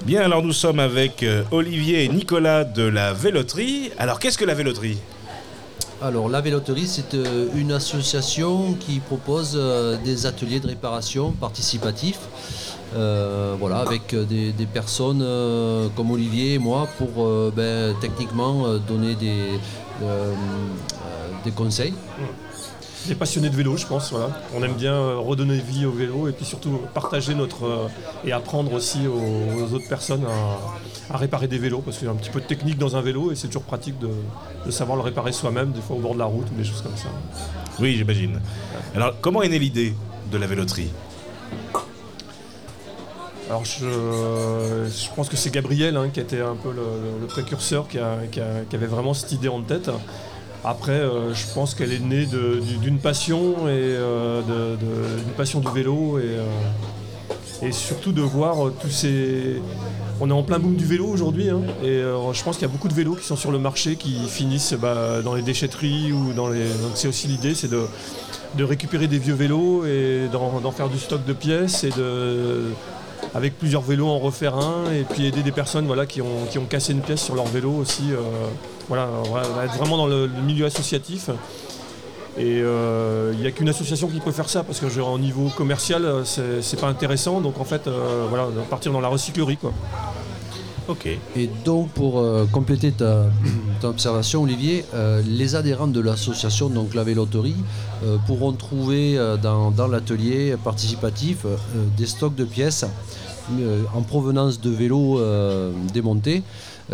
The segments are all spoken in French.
Bien, alors nous sommes avec Olivier et Nicolas de la Véloterie. Alors, qu'est-ce que la Véloterie ? Alors, la Véloterie, c'est une association qui propose des ateliers de réparation participatifs, avec des personnes comme Olivier et moi pour techniquement donner des conseils. Des passionnés de vélo, je pense. Voilà. On aime bien redonner vie au vélo et puis surtout partager et apprendre aussi aux autres personnes à réparer des vélos, parce qu'il y a un petit peu de technique dans un vélo et c'est toujours pratique de savoir le réparer soi-même, des fois au bord de la route ou des choses comme ça. Oui, j'imagine. Alors, comment est née l'idée de la Véloterie ? Alors je pense que c'est Gabriel qui a été un peu le précurseur, qui avait vraiment cette idée en tête. Après, je pense qu'elle est née d'une passion et d'une passion du vélo et surtout de voir tous ces... On est en plein boom du vélo aujourd'hui et je pense qu'il y a beaucoup de vélos qui sont sur le marché qui finissent dans les déchetteries ou donc c'est aussi l'idée, c'est de récupérer des vieux vélos et d'en faire du stock de pièces et avec plusieurs vélos en refaire un et puis aider des personnes qui ont cassé une pièce sur leur vélo aussi. On va être vraiment dans le milieu associatif. Et il n'y a qu'une association qui peut faire ça parce que au niveau commercial, c'est pas intéressant. Donc en fait, partir dans la recyclerie, quoi. Ok. Et donc pour compléter ton observation, Olivier, les adhérents de l'association, donc la Véloterie, pourront trouver dans l'atelier participatif des stocks de pièces en provenance de vélos démontés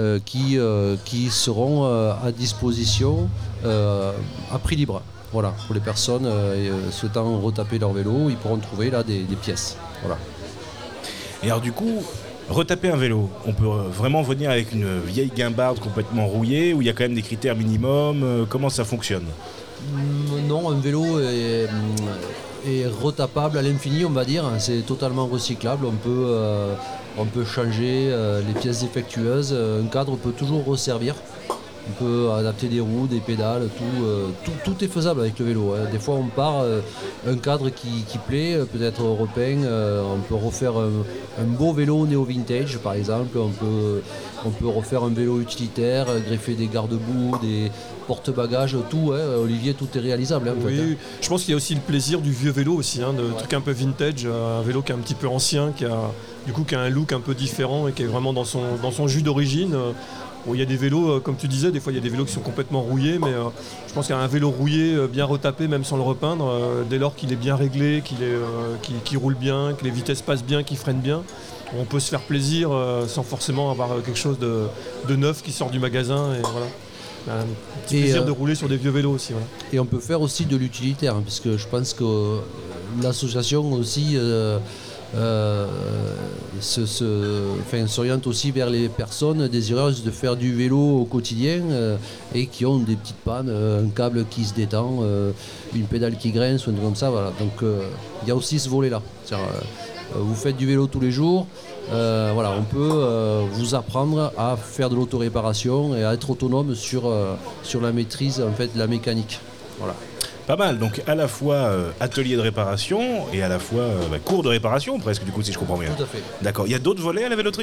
qui seront à disposition à prix libre. Voilà, pour les personnes souhaitant retaper leur vélo, ils pourront trouver là des pièces. Voilà. Et alors du coup, retaper un vélo, on peut vraiment venir avec une vieille guimbarde complètement rouillée ou il y a quand même des critères minimums, comment ça fonctionne ? Non, un vélo est retapable à l'infini, on va dire. C'est totalement recyclable. On peut changer les pièces défectueuses. Un cadre peut toujours resservir. On peut adapter des roues, des pédales, tout est faisable avec le vélo. Des fois on part, un cadre qui plaît, peut-être repeint, on peut refaire un beau vélo néo-vintage par exemple, on peut refaire un vélo utilitaire, greffer des garde-boue, des porte-bagages, tout, Olivier, tout est réalisable. Oui, je pense qu'il y a aussi le plaisir du vieux vélo aussi, de trucs un peu vintage, un vélo qui est un petit peu ancien, qui a un look un peu différent et qui est vraiment dans son jus d'origine. Bon, il y a des vélos, comme tu disais, des fois il y a des vélos qui sont complètement rouillés, mais je pense qu'un vélo rouillé, bien retapé, même sans le repeindre, dès lors qu'il est bien réglé, qu'il roule bien, que les vitesses passent bien, qu'il freine bien, on peut se faire plaisir sans forcément avoir quelque chose de neuf qui sort du magasin. Et voilà. Un petit plaisir de rouler sur des vieux vélos aussi. Voilà. Et on peut faire aussi de l'utilitaire, puisque je pense que l'association aussi... s'oriente aussi vers les personnes désireuses de faire du vélo au quotidien et qui ont des petites pannes, un câble qui se détend, une pédale qui grince ou un truc comme ça. Voilà. Donc il y a aussi ce volet-là. Vous faites du vélo tous les jours, on peut vous apprendre à faire de l'autoréparation et à être autonome sur la maîtrise de la mécanique. Voilà. Pas mal, donc à la fois atelier de réparation et à la fois cours de réparation presque, du coup, si je comprends bien. Tout à fait. D'accord. Il y a d'autres volets à la Véloterie ?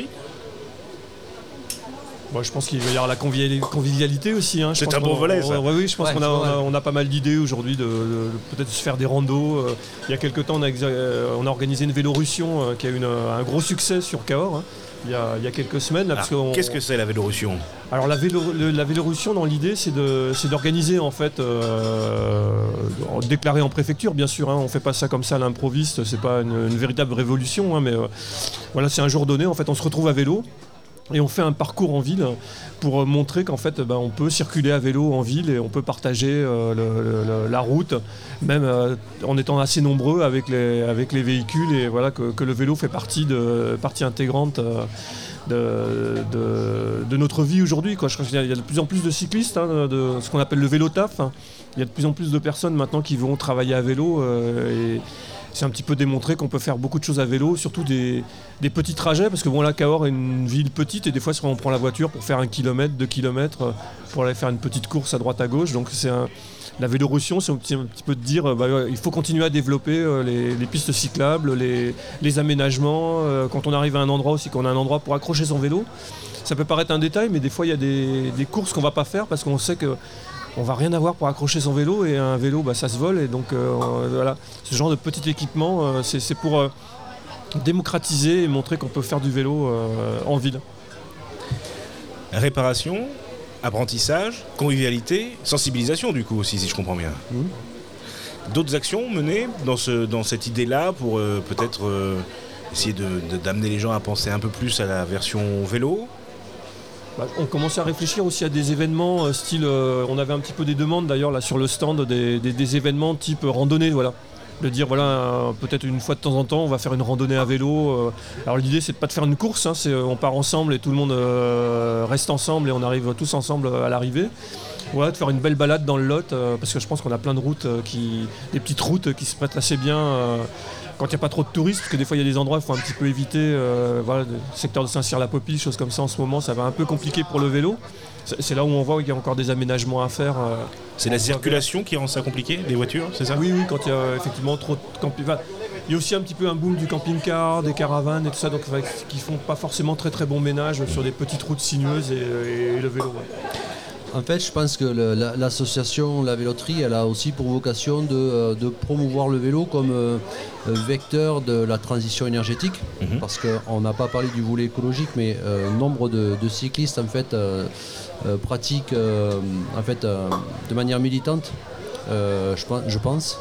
Moi, je pense qu'il va y avoir la convivialité aussi. C'est un bon volet, ça. Oui, je pense qu'on a pas mal d'idées aujourd'hui de peut-être se faire des randos. Il y a quelques temps, on a organisé une Vélorussion qui a eu un gros succès sur Cahors. Il y a quelques semaines. Là, qu'est-ce que c'est la Vélorussion ? Alors la Vélorussion, dans l'idée, c'est d'organiser en fait, déclaré en préfecture, bien sûr. On ne fait pas ça comme ça à l'improviste. C'est pas une véritable révolution, mais voilà, c'est un jour donné. En fait, on se retrouve à vélo. Et on fait un parcours en ville pour montrer qu'en fait on peut circuler à vélo en ville et on peut partager la route, même en étant assez nombreux avec les véhicules, et voilà que le vélo fait partie intégrante de notre vie aujourd'hui, quoi. Je crois qu'il y a de plus en plus de cyclistes, de ce qu'on appelle le vélo taf. Il y a de plus en plus de personnes maintenant qui vont travailler à vélo c'est un petit peu démontré qu'on peut faire beaucoup de choses à vélo, surtout des petits trajets, parce que bon, là, Cahors est une ville petite, et des fois, on prend la voiture pour faire 1 km, 2 km, pour aller faire une petite course à droite à gauche. Donc la Vélorussion, c'est un petit peu de dire il faut continuer à développer les pistes cyclables, les aménagements. Quand on arrive à un endroit aussi, qu'on a un endroit pour accrocher son vélo, ça peut paraître un détail, mais des fois il y a des courses qu'on ne va pas faire parce qu'on sait qu'on ne va rien avoir pour accrocher son vélo, et un vélo ça se vole. Et donc voilà, ce genre de petit équipement, c'est pour démocratiser et montrer qu'on peut faire du vélo en ville. Réparation, apprentissage, convivialité, sensibilisation du coup aussi, si je comprends bien. D'autres actions menées dans cette idée-là pour peut-être essayer d'amener les gens à penser un peu plus à la version vélo? On commençait à réfléchir aussi à des événements style, on avait un petit peu des demandes d'ailleurs là sur le stand, des événements type randonnée, voilà. De dire peut-être une fois de temps en temps on va faire une randonnée à vélo. Alors l'idée c'est de pas de faire une course, on part ensemble et tout le monde reste ensemble et on arrive tous ensemble à l'arrivée. Voilà, de faire une belle balade dans le Lot, parce que je pense qu'on a plein de routes, des petites routes qui se prêtent assez bien quand il n'y a pas trop de touristes, parce que des fois il y a des endroits qu'il faut un petit peu éviter, le secteur de Saint-Cyr-la-Popie, choses comme ça en ce moment, ça va un peu compliqué pour le vélo. C'est là où on voit qu'il y a encore des aménagements à faire. C'est la circulation qui rend ça compliqué, des voitures, c'est ça? Oui, quand il y a effectivement trop de camping. Il y a aussi un petit peu un boom du camping-car, des caravanes et tout ça, donc qui font pas forcément très très bon ménage sur des petites routes sinueuses et le vélo. Ouais. En fait, je pense que l'association La Véloterie, elle a aussi pour vocation de promouvoir le vélo comme vecteur de la transition énergétique, parce qu'on n'a pas parlé du volet écologique, mais nombre de cyclistes en fait pratiquent de manière militante, je pense.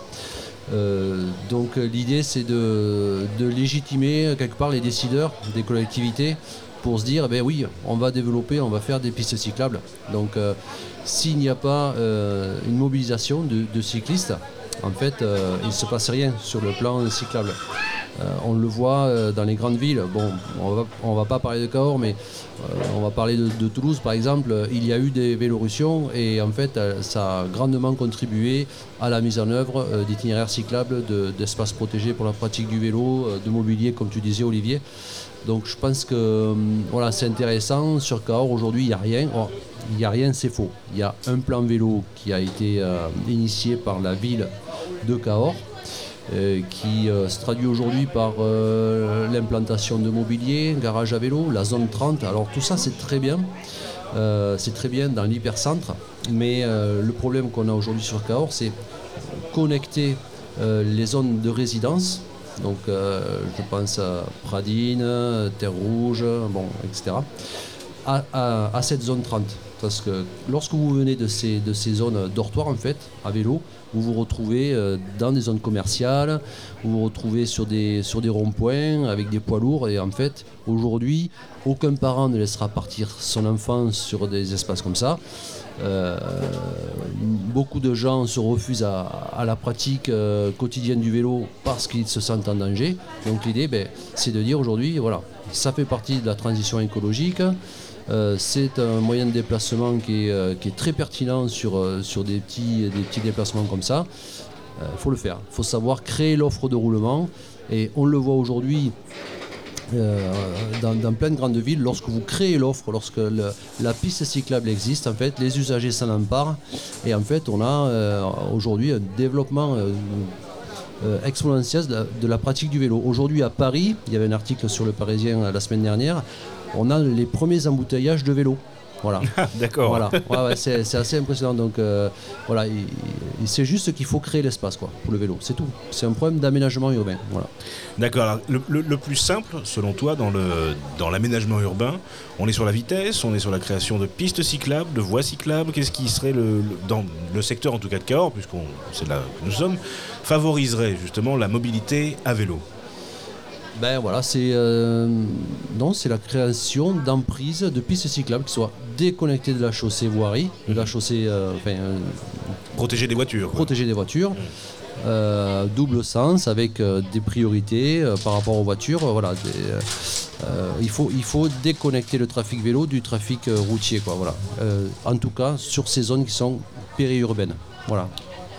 Donc l'idée c'est de légitimer quelque part les décideurs des collectivités pour se dire, oui, on va développer, on va faire des pistes cyclables. Donc s'il n'y a pas une mobilisation de cyclistes, en fait, il ne se passe rien sur le plan cyclable. On le voit dans les grandes villes. Bon, on va pas parler de Cahors, mais on va parler de Toulouse, par exemple. Il y a eu des Vélorussions et en fait, ça a grandement contribué à la mise en œuvre d'itinéraires cyclables, d'espaces protégés pour la pratique du vélo, de mobilier, comme tu disais, Olivier. Donc je pense que c'est intéressant. Sur Cahors, aujourd'hui, il n'y a rien. Il n'y a rien, c'est faux. Il y a un plan vélo qui a été initié par la ville de Cahors, qui se traduit aujourd'hui par l'implantation de mobilier, garage à vélo, la zone 30. Alors tout ça, c'est très bien. C'est très bien dans l'hypercentre. Mais le problème qu'on a aujourd'hui sur Cahors, c'est connecter les zones de résidence. Donc je pense à Pradines, Terre Rouge, etc. À cette zone 30. Parce que lorsque vous venez de ces zones dortoirs en fait, à vélo, vous vous retrouvez dans des zones commerciales, vous vous retrouvez sur des ronds-points avec des poids lourds, et en fait aujourd'hui aucun parent ne laissera partir son enfant sur des espaces comme ça. Beaucoup de gens se refusent à la pratique quotidienne du vélo parce qu'ils se sentent en danger. Donc l'idée c'est de dire aujourd'hui, ça fait partie de la transition écologique. C'est un moyen de déplacement qui est très pertinent sur des petits déplacements comme ça. Il faut le faire, il faut savoir créer l'offre de roulement, et on le voit aujourd'hui dans plein de grandes villes. Lorsque vous créez l'offre, lorsque la piste cyclable existe, en fait, les usagers s'en emparent, et en fait on a aujourd'hui un développement exponentiel de la pratique du vélo. Aujourd'hui à Paris, il y avait un article sur Le Parisien la semaine dernière, on a les premiers embouteillages de vélos. Voilà. D'accord. Voilà. Ouais, c'est assez impressionnant. Donc c'est juste qu'il faut créer l'espace pour le vélo, c'est tout. C'est un problème d'aménagement urbain. Voilà. D'accord. Alors, le plus simple, selon toi, dans l'aménagement urbain, on est sur la vitesse, on est sur la création de pistes cyclables, de voies cyclables. Qu'est-ce qui serait dans le secteur en tout cas de Cahors, c'est là que nous sommes, favoriserait justement la mobilité à vélo? C'est la création d'emprises de pistes cyclables qui soient déconnectées de la chaussée voirie, de la chaussée protéger des voitures. Protéger des voitures, double sens avec des priorités par rapport aux voitures. Il faut déconnecter le trafic vélo du trafic routier. En tout cas, sur ces zones qui sont périurbaines. Voilà.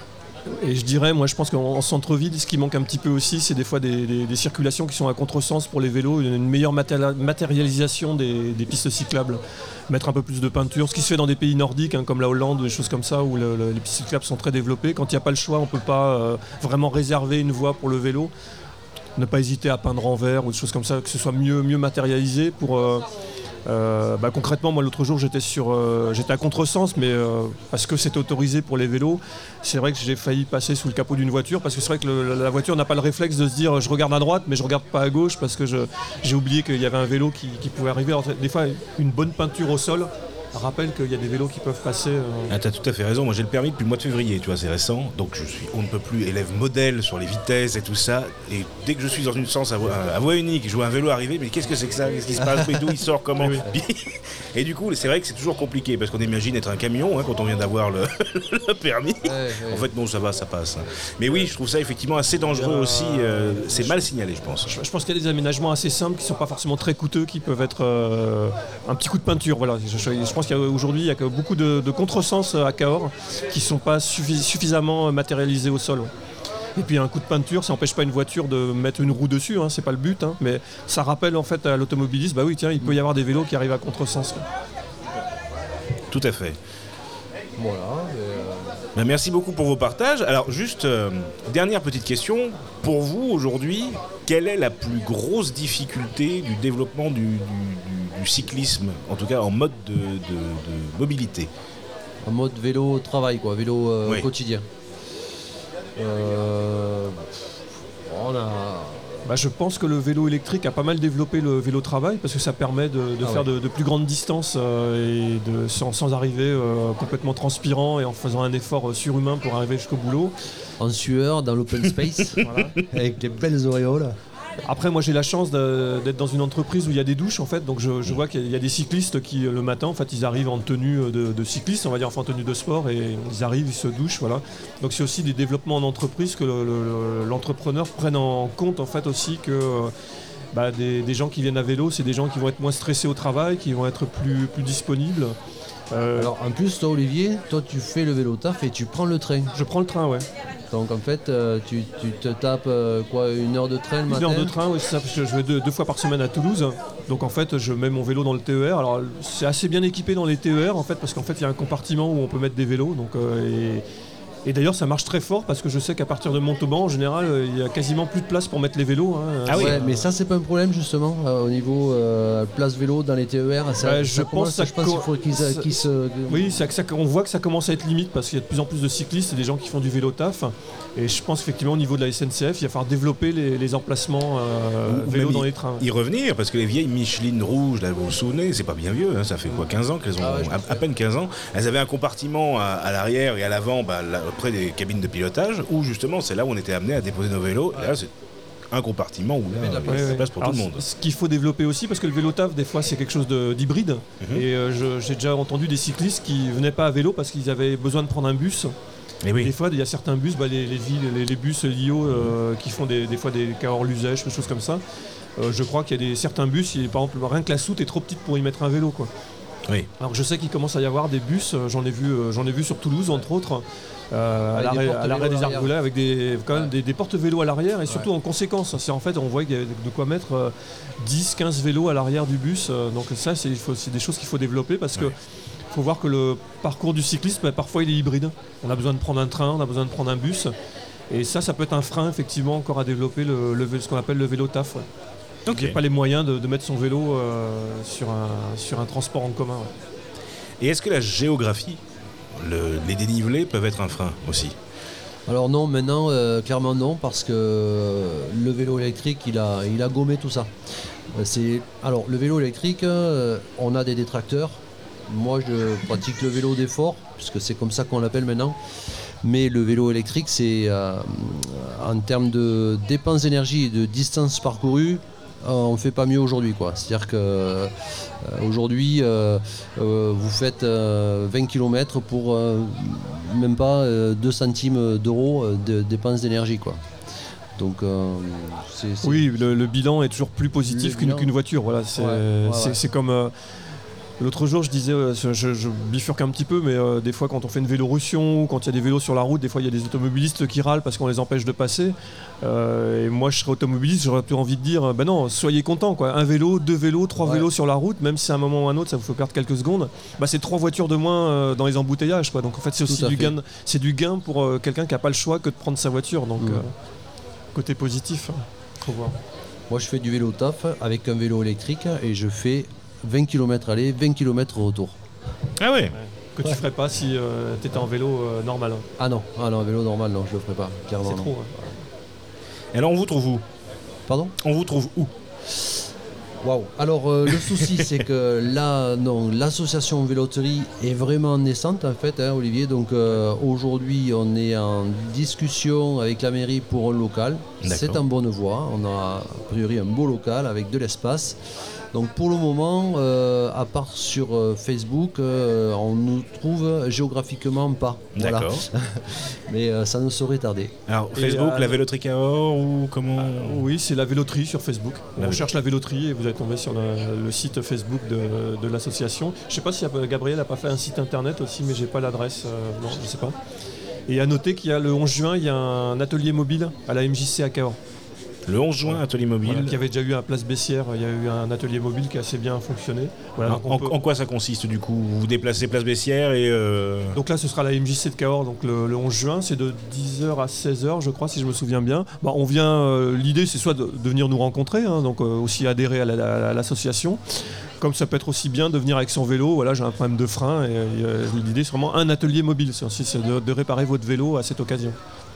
Et je dirais, moi je pense qu'en centre-ville, ce qui manque un petit peu aussi, c'est des fois des circulations qui sont à contresens pour les vélos, une meilleure matérialisation des pistes cyclables, mettre un peu plus de peinture, ce qui se fait dans des pays nordiques, comme la Hollande, des choses comme ça, où les pistes cyclables sont très développées. Quand il n'y a pas le choix, on ne peut pas vraiment réserver une voie pour le vélo. Ne pas hésiter à peindre en vert ou des choses comme ça, que ce soit mieux matérialisé pour... concrètement, moi l'autre jour j'étais à contresens, mais parce que c'est autorisé pour les vélos, c'est vrai que j'ai failli passer sous le capot d'une voiture, parce que c'est vrai que la voiture n'a pas le réflexe de se dire je regarde à droite mais je regarde pas à gauche, parce que j'ai oublié qu'il y avait un vélo qui pouvait arriver. Alors, des fois une bonne peinture au sol rappelle qu'il y a des vélos qui peuvent passer. Ah, t'as tout à fait raison. Moi, j'ai le permis depuis le mois de février, tu vois, c'est récent. Donc, je suis on ne peut plus élève modèle sur les vitesses et tout ça. Et dès que je suis dans une sens à voie unique, je vois un vélo arriver, mais qu'est-ce que c'est que ça? Qu'est-ce qui se passe? D'où il sort? Comment? Oui. Et du coup, c'est vrai que c'est toujours compliqué parce qu'on imagine être un camion quand on vient d'avoir le permis. Ouais. En fait, non, ça va, ça passe. Mais oui, je trouve ça effectivement assez dangereux aussi. C'est mal signalé, je pense. Je pense qu'il y a des aménagements assez simples qui ne sont pas forcément très coûteux, qui peuvent être un petit coup de peinture. Voilà. Je pense qu'aujourd'hui, il y a beaucoup de contresens à Cahors qui ne sont pas suffisamment matérialisés au sol. Et puis un coup de peinture, ça n'empêche pas une voiture de mettre une roue dessus, c'est pas le but, mais ça rappelle en fait à l'automobiliste, oui tiens, il peut y avoir des vélos qui arrivent à contresens. Tout à fait. Voilà. Merci beaucoup pour vos partages. Alors juste, dernière petite question. Pour vous, aujourd'hui, quelle est la plus grosse difficulté du développement du cyclisme, en tout cas en mode de mobilité? En mode vélo travail, quoi, vélo Oui. quotidien. Je pense que le vélo électrique a pas mal développé le vélo travail, parce que ça permet de faire de plus grandes distances et sans arriver complètement transpirant et en faisant un effort surhumain pour arriver jusqu'au boulot. En sueur, dans l'open space, voilà, avec les belles auréoles. Après, moi j'ai la chance d'être dans une entreprise où il y a des douches en fait, donc je vois qu'il y a des cyclistes qui le matin en fait ils arrivent en tenue de cycliste, on va dire, enfin en tenue de sport, et ils arrivent, ils se douchent, voilà. Donc c'est aussi des développements en entreprise, que l'entrepreneur prenne en compte en fait aussi que des gens qui viennent à vélo, c'est des gens qui vont être moins stressés au travail, qui vont être plus disponibles. Alors en plus, toi Olivier, tu fais le vélo taf et tu prends le train. Je prends le train, ouais. Donc en fait, tu te tapes une heure de train le matin? Une heure de train, oui, c'est ça, parce que je vais deux fois par semaine à Toulouse. Donc en fait, je mets mon vélo dans le TER. Alors c'est assez bien équipé dans les TER en fait, parce qu'en fait, il y a un compartiment où on peut mettre des vélos. Donc, et d'ailleurs, ça marche très fort, parce que je sais qu'à partir de Montauban, en général, il y a quasiment plus de place pour mettre les vélos. Ah oui, mais ça, c'est pas un problème justement au niveau place vélo dans les TER. Je pense qu'il faut qu'ils se. Oui, on voit que ça commence à être limite, parce qu'il y a de plus en plus de cyclistes et des gens qui font du vélo taf. Et je pense qu'effectivement, au niveau de la SNCF, il va falloir développer les emplacements vélo dans les trains. Y revenir, parce que les vieilles Michelin rouges, là, vous vous souvenez, c'est pas bien vieux, ça fait quoi, 15 ans qu'elles ont, à peine 15 ans. Elles avaient un compartiment à l'arrière et à l'avant, près des cabines de pilotage, où justement c'est là où on était amené à déposer nos vélos. Et là, c'est un compartiment où là, il y a de la place pour tout le monde. Ce qu'il faut développer aussi, parce que le vélo taf, des fois, c'est quelque chose d'hybride. Et j'ai déjà entendu des cyclistes qui venaient pas à vélo parce qu'ils avaient besoin de prendre un bus. Et oui. Des fois, il y a certains bus, les bus LIO qui font des fois des Cahors-Luzèche, des choses comme ça. Je crois qu'il y a certains bus, par exemple, rien que la soute est trop petite pour y mettre un vélo, quoi. Oui. Alors je sais qu'il commence à y avoir des bus, j'en ai vu sur Toulouse entre autres, à l'arrêt des Argoulets, avec des porte-vélos à l'arrière, et surtout en conséquence. En fait, on voit qu'il y a de quoi mettre 10-15 vélos à l'arrière du bus, donc ça c'est des choses qu'il faut développer, parce que faut voir que le parcours du cyclisme, parfois il est hybride. On a besoin de prendre un train, on a besoin de prendre un bus, et ça peut être un frein effectivement encore à développer, ce qu'on appelle le vélo taf. Donc il n'y a pas les moyens de mettre son vélo sur un transport en commun. Et est-ce que la géographie, les dénivelés peuvent être un frein aussi? Alors non, maintenant, clairement non, parce que le vélo électrique, il a gommé tout ça. Alors le vélo électrique, on a des détracteurs. Moi, je pratique le vélo d'effort, puisque c'est comme ça qu'on l'appelle maintenant. Mais le vélo électrique, c'est en termes de dépenses d'énergie et de distance parcourue, on ne fait pas mieux aujourd'hui, quoi. C'est-à-dire que aujourd'hui, vous faites 20 km pour même pas 2 centimes d'euros de dépenses d'énergie, quoi. Donc, oui, le bilan est toujours plus positif qu'une voiture. Voilà, c'est comme L'autre jour, je disais, je bifurque un petit peu, mais des fois, quand on fait une vélorussion ou quand il y a des vélos sur la route, des fois, il y a des automobilistes qui râlent parce qu'on les empêche de passer. Et moi, je serais automobiliste, j'aurais plus envie de dire, ben non, soyez contents, quoi. Un vélo, 2 vélos, 3 vélos sur la route, même si à un moment ou à un autre, ça vous fait perdre quelques secondes, bah, c'est 3 voitures de moins dans les embouteillages, quoi. Donc en fait, c'est aussi du gain pour quelqu'un qui n'a pas le choix que de prendre sa voiture. Donc côté positif, faut voir. Moi, je fais du vélo taf avec un vélo électrique et je fais 20 km aller, 20 km retour. Ah ouais. Que tu ferais pas si tu étais en vélo normal. Ah non, un vélo normal, non, je le ferais pas, clairement. C'est trop. Et alors, on vous trouve où? Pardon? On vous trouve où? Waouh. Alors le souci c'est que là, non, l'association Véloterie est vraiment naissante en fait, hein, Olivier. Donc aujourd'hui on est en discussion avec la mairie pour un local. D'accord. C'est en bonne voie. On a a priori un beau local avec de l'espace. Donc pour le moment, à part sur Facebook, on nous trouve géographiquement pas. Voilà. D'accord. Mais ça ne saurait tarder. Alors Facebook, la Véloterie Cahors ou comment? Oui, c'est la Véloterie sur Facebook. La On cherche la Véloterie et vous allez tomber sur le site Facebook de l'association. Je ne sais pas si Gabriel n'a pas fait un site internet aussi, mais j'ai pas l'adresse. Non, je ne sais pas. Et à noter qu'il y a le 11 juin, il y a un atelier mobile à la MJC à Cahors. Le 11 juin, atelier mobile. Voilà, qui avait déjà eu à Place Bessières, il y a eu un atelier mobile qui a assez bien fonctionné. Voilà, En quoi ça consiste du coup? Vous vous déplacez Place Bessières et... Donc là ce sera la MJC de Cahors donc le 11 juin, c'est de 10h à 16h je crois si je me souviens bien. Bah, on vient, l'idée c'est soit de venir nous rencontrer, hein, donc aussi adhérer à l'association. Comme ça peut être aussi bien de venir avec son vélo, voilà j'ai un problème de frein et l'idée c'est vraiment un atelier mobile, c'est de réparer votre vélo à cette occasion.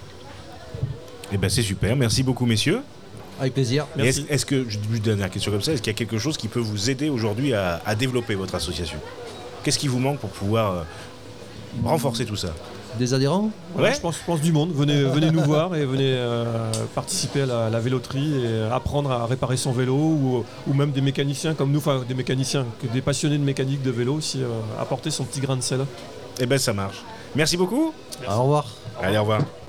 Eh ben c'est super, merci beaucoup messieurs. Avec plaisir. Et est-ce que, juste une dernière question comme ça, est-ce qu'il y a quelque chose qui peut vous aider aujourd'hui à développer votre association? Qu'est-ce qui vous manque pour pouvoir renforcer tout ça? Des adhérents? Voilà, je pense du monde. Venez nous voir et venez participer à la véloterie et apprendre à réparer son vélo ou même des mécaniciens comme nous, enfin des mécaniciens, des passionnés de mécanique de vélo aussi, apporter son petit grain de sel. Eh ben ça marche. Merci beaucoup. Au revoir. Allez, au revoir.